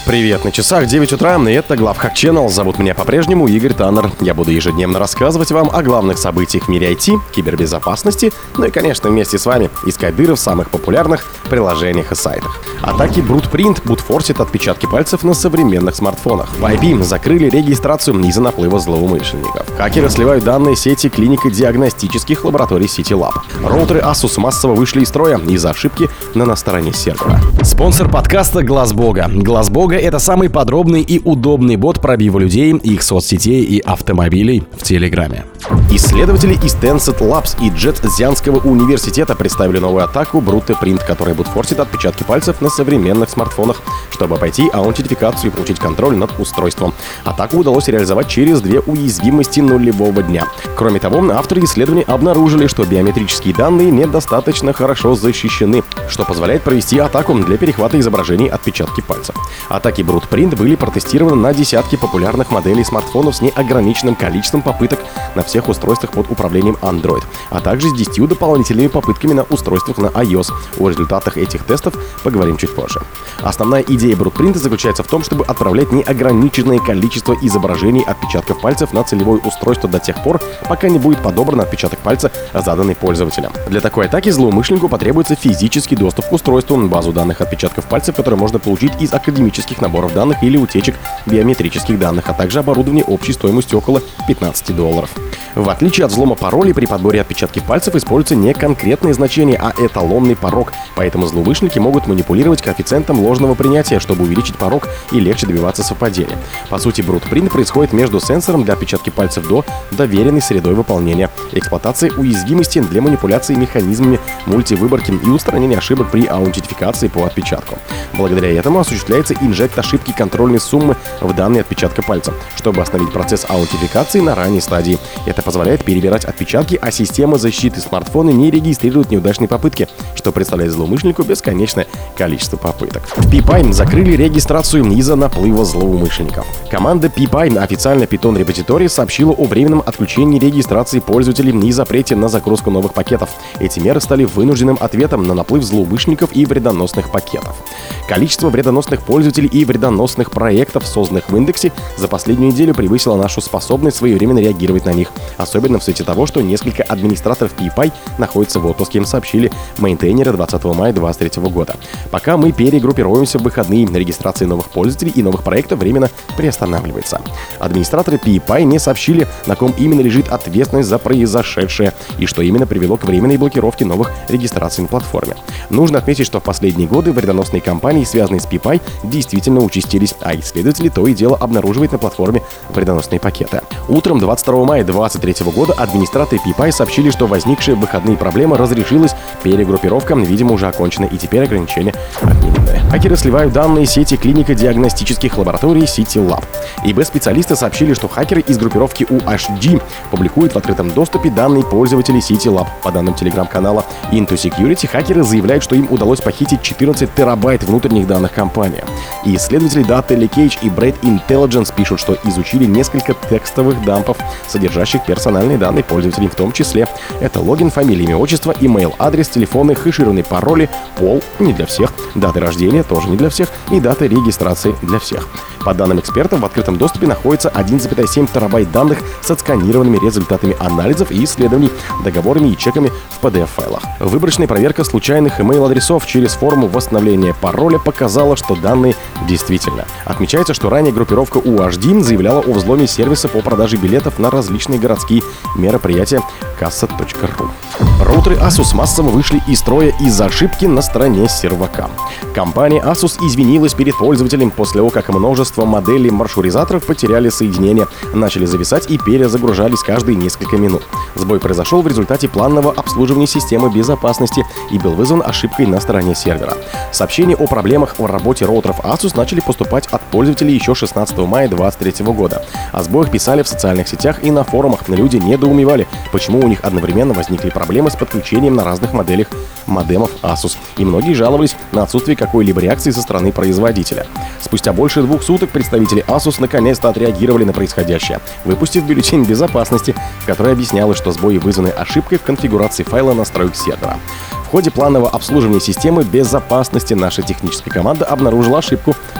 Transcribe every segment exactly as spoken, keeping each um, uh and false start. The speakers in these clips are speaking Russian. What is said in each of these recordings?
Привет, на часах девять утра, и это Главхак Channel. Зовут меня по-прежнему Игорь Таннер. Я буду ежедневно рассказывать вам о главных событиях в мире ай ти, кибербезопасности, ну и, конечно, вместе с вами искать дыры в самых популярных приложениях и сайтах. Атаки Brute бутфорсит отпечатки пальцев на современных смартфонах. В ай пи закрыли регистрацию из-за наплыва злоумышленников. Хакеры сливают данные сети клинико-диагностических лабораторий Citylab. Роутеры Asus массово вышли из строя из-за ошибки на на стороне сервера. Спонсор подкаста — Глаз Бога. Глаз Бога — это самый подробный и удобный бот пробива людей, их соцсетей и автомобилей в Телеграме. Исследователи из Tencent Labs и Джетзянского университета представили новую атаку Brute, которая бутфорсит отпечатки пальцев на современных смартфонах, чтобы обойти аутентификацию и получить контроль над устройством. Атаку удалось реализовать через две уязвимости нулевого дня. Кроме того, авторы исследований обнаружили, что биометрические данные недостаточно хорошо защищены, что позволяет провести атаку для перехвата изображений отпечатки пальцев. Атаки Brute были протестированы на десятки популярных моделей смартфонов с неограниченным количеством попыток на всех устройствах под управлением Android, а также с десятью дополнительными попытками на устройствах на iOS. О результатах этих тестов поговорим чуть позже. Основная идея Brute заключается в том, чтобы отправлять неограниченное количество изображений отпечатков пальцев на целевое устройство до тех пор, пока не будет подобран отпечаток пальца, заданный пользователем. Для такой атаки злоумышленнику потребуется физический доступ к устройству, базу данных отпечатков пальцев, которые можно получить из академических наборов данных или утечек биометрических данных, а также оборудование общей стоимостью около пятнадцать долларов. В отличие от взлома паролей, при подборе отпечатков пальцев используется не конкретные значения, а эталонный порог, поэтому злоумышленники могут манипулировать коэффициентом ложного принятия, чтобы увеличить порог и легче добиваться совпадения. По сути, Brute происходит между сенсором для отпечатки пальцев до доверенной средой выполнения, эксплуатацией уязвимости для манипуляции механизмами мультивыборки и устранения ошибок при аутентификации по отпечатку. Благодаря этому осуществляется инжект ошибки контрольной суммы в данные отпечатка пальца, чтобы остановить процесс аутентификации на ранней стадии. Это позволяет перебирать отпечатки, а система защиты смартфона не регистрирует неудачные попытки, что представляет злоумышленнику бесконечное количество попыток. В PyPy закрыли регистрацию из-за наплыва злоумышленников. Команда PyPy, официально Python Repository, сообщила о временном отключении регистрации пользователей и запрете на загрузку новых пакетов. Эти меры стали вынужденным ответом на наплыв злоумышленников и вредоносных пакетов. Количество вредоносных пользователей и вредоносных проектов, созданных в индексе, за последнюю неделю превысило нашу способность своевременно реагировать на них. Особенно в свете того, что несколько администраторов PyPy находятся в отпуске, им сообщили мейнтейнеры двадцатого мая две тысячи двадцать третьего года. Пока мы перегруппируемся в выходные, регистрация новых пользователей и новых проектов временно приостанавливается. Администраторы PyPy не сообщили, на ком именно лежит ответственность за произошедшее и что именно привело к временной блокировке новых регистраций на платформе. Нужно отметить, что в последние годы вредоносные кампании, связанные с PyPy, действительно участились, а исследователи то и дело обнаруживают на платформе вредоносные пакеты. Утром двадцать второго мая две тысячи двадцать третьего года администраторы PyPy сообщили, что возникшая в выходные проблема разрешилась, перегруппировка, видимо, уже окончена, и теперь ограничения отменены. Хакеры сливают данные сети клинико-диагностических лабораторий Citylab. И би-специалисты сообщили, что хакеры из группировки ю эйч ди публикуют в открытом доступе данные пользователей Citylab. По данным телеграм-канала Into Security, хакеры заявляют, что им удалось похитить четырнадцать терабайт внутренних данных компании. И исследователи Data Leakage и Bread Intelligence пишут, что изучили несколько текстовых дампов, содержащих персональные данные пользователей, в том числе это логин, фамилия, имя, отчество, имейл, адрес, телефоны, хэшированные пароли, пол — не для всех, даты рождения — тоже не для всех, и даты регистрации — для всех. По данным экспертов, в открытом доступе находится один целых семь терабайт данных с отсканированными результатами анализов и исследований, договорами и чеками в пи ди эф-файлах. Выборочная проверка случайных email-адресов через форму восстановления пароля показала, что данные действительно. Отмечается, что ранее группировка ю эйч ди заявляла о взломе сервиса по продаже билетов на различные городские мероприятия касса точка ру. Роутеры Asus массово вышли из строя из-за ошибки на стороне сервака. Компания Asus извинилась перед пользователем после того, как множество моделей маршрутизаторов потеряли соединение, начали зависать и перезагружались каждые несколько минут. Сбой произошел в результате планового обслуживания системы безопасности и был вызван ошибкой на стороне сервера. Сообщения о проблемах в работе роутеров Asus начали поступать от пользователей еще шестнадцатого мая две тысячи двадцать третьего года. О сбоях писали в социальных сетях и на форумах. Люди недоумевали, почему у них одновременно возникли проблемы с подключением на разных моделях модемов Asus, и многие жаловались на отсутствие какой-либо реакции со стороны производителя. Спустя больше двух суток представители Asus наконец-то отреагировали на происходящее, выпустив бюллетень безопасности, в которой объяснялось, что сбои вызваны ошибкой в конфигурации файла настроек сервера. В ходе планового обслуживания системы безопасности наша техническая команда обнаружила ошибку в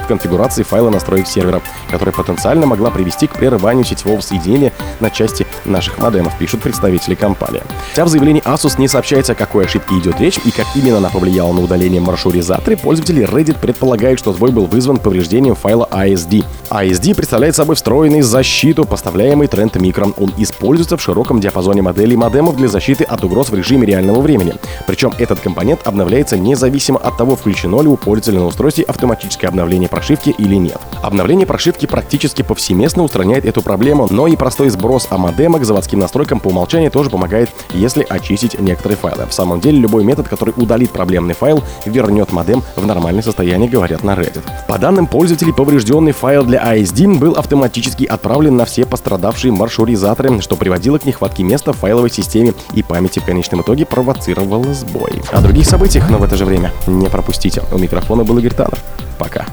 конфигурации файла настроек сервера, которая потенциально могла привести к прерыванию сетевого соединения на части наших модемов, пишут представители компании. Хотя в заявлении Asus не сообщается, о какой ошибке идет речь и как именно она повлияла на удаление в маршрутизаторе, пользователи Reddit предполагают, что сбой был вызван повреждением файла эй эс ди. эй эс ди представляет собой встроенный защиту, поставляемый Trend Micro. Он используется в широком диапазоне моделей модемов для защиты от угроз в режиме реального времени. Причем этот компонент обновляется независимо от того, включено ли у пользователя на устройстве автоматическое обновление прошивки или нет. Обновление прошивки практически повсеместно устраняет эту проблему, но и простой сброс модема к заводским настройкам по умолчанию тоже помогает, если очистить некоторые файлы. В самом деле, любой метод, который удалит проблемный файл, вернет модем в нормальное состояние, говорят на Reddit. По данным пользователей, поврежденный файл для эй эс ди был автоматически отправлен на все пострадавшие маршрутизаторы, что приводило к нехватке места в файловой системе и памяти, в конечном итоге провоцировало сбой. О других событиях, но в это же время не пропустите. У микрофона был Игорь Таннер. Пока.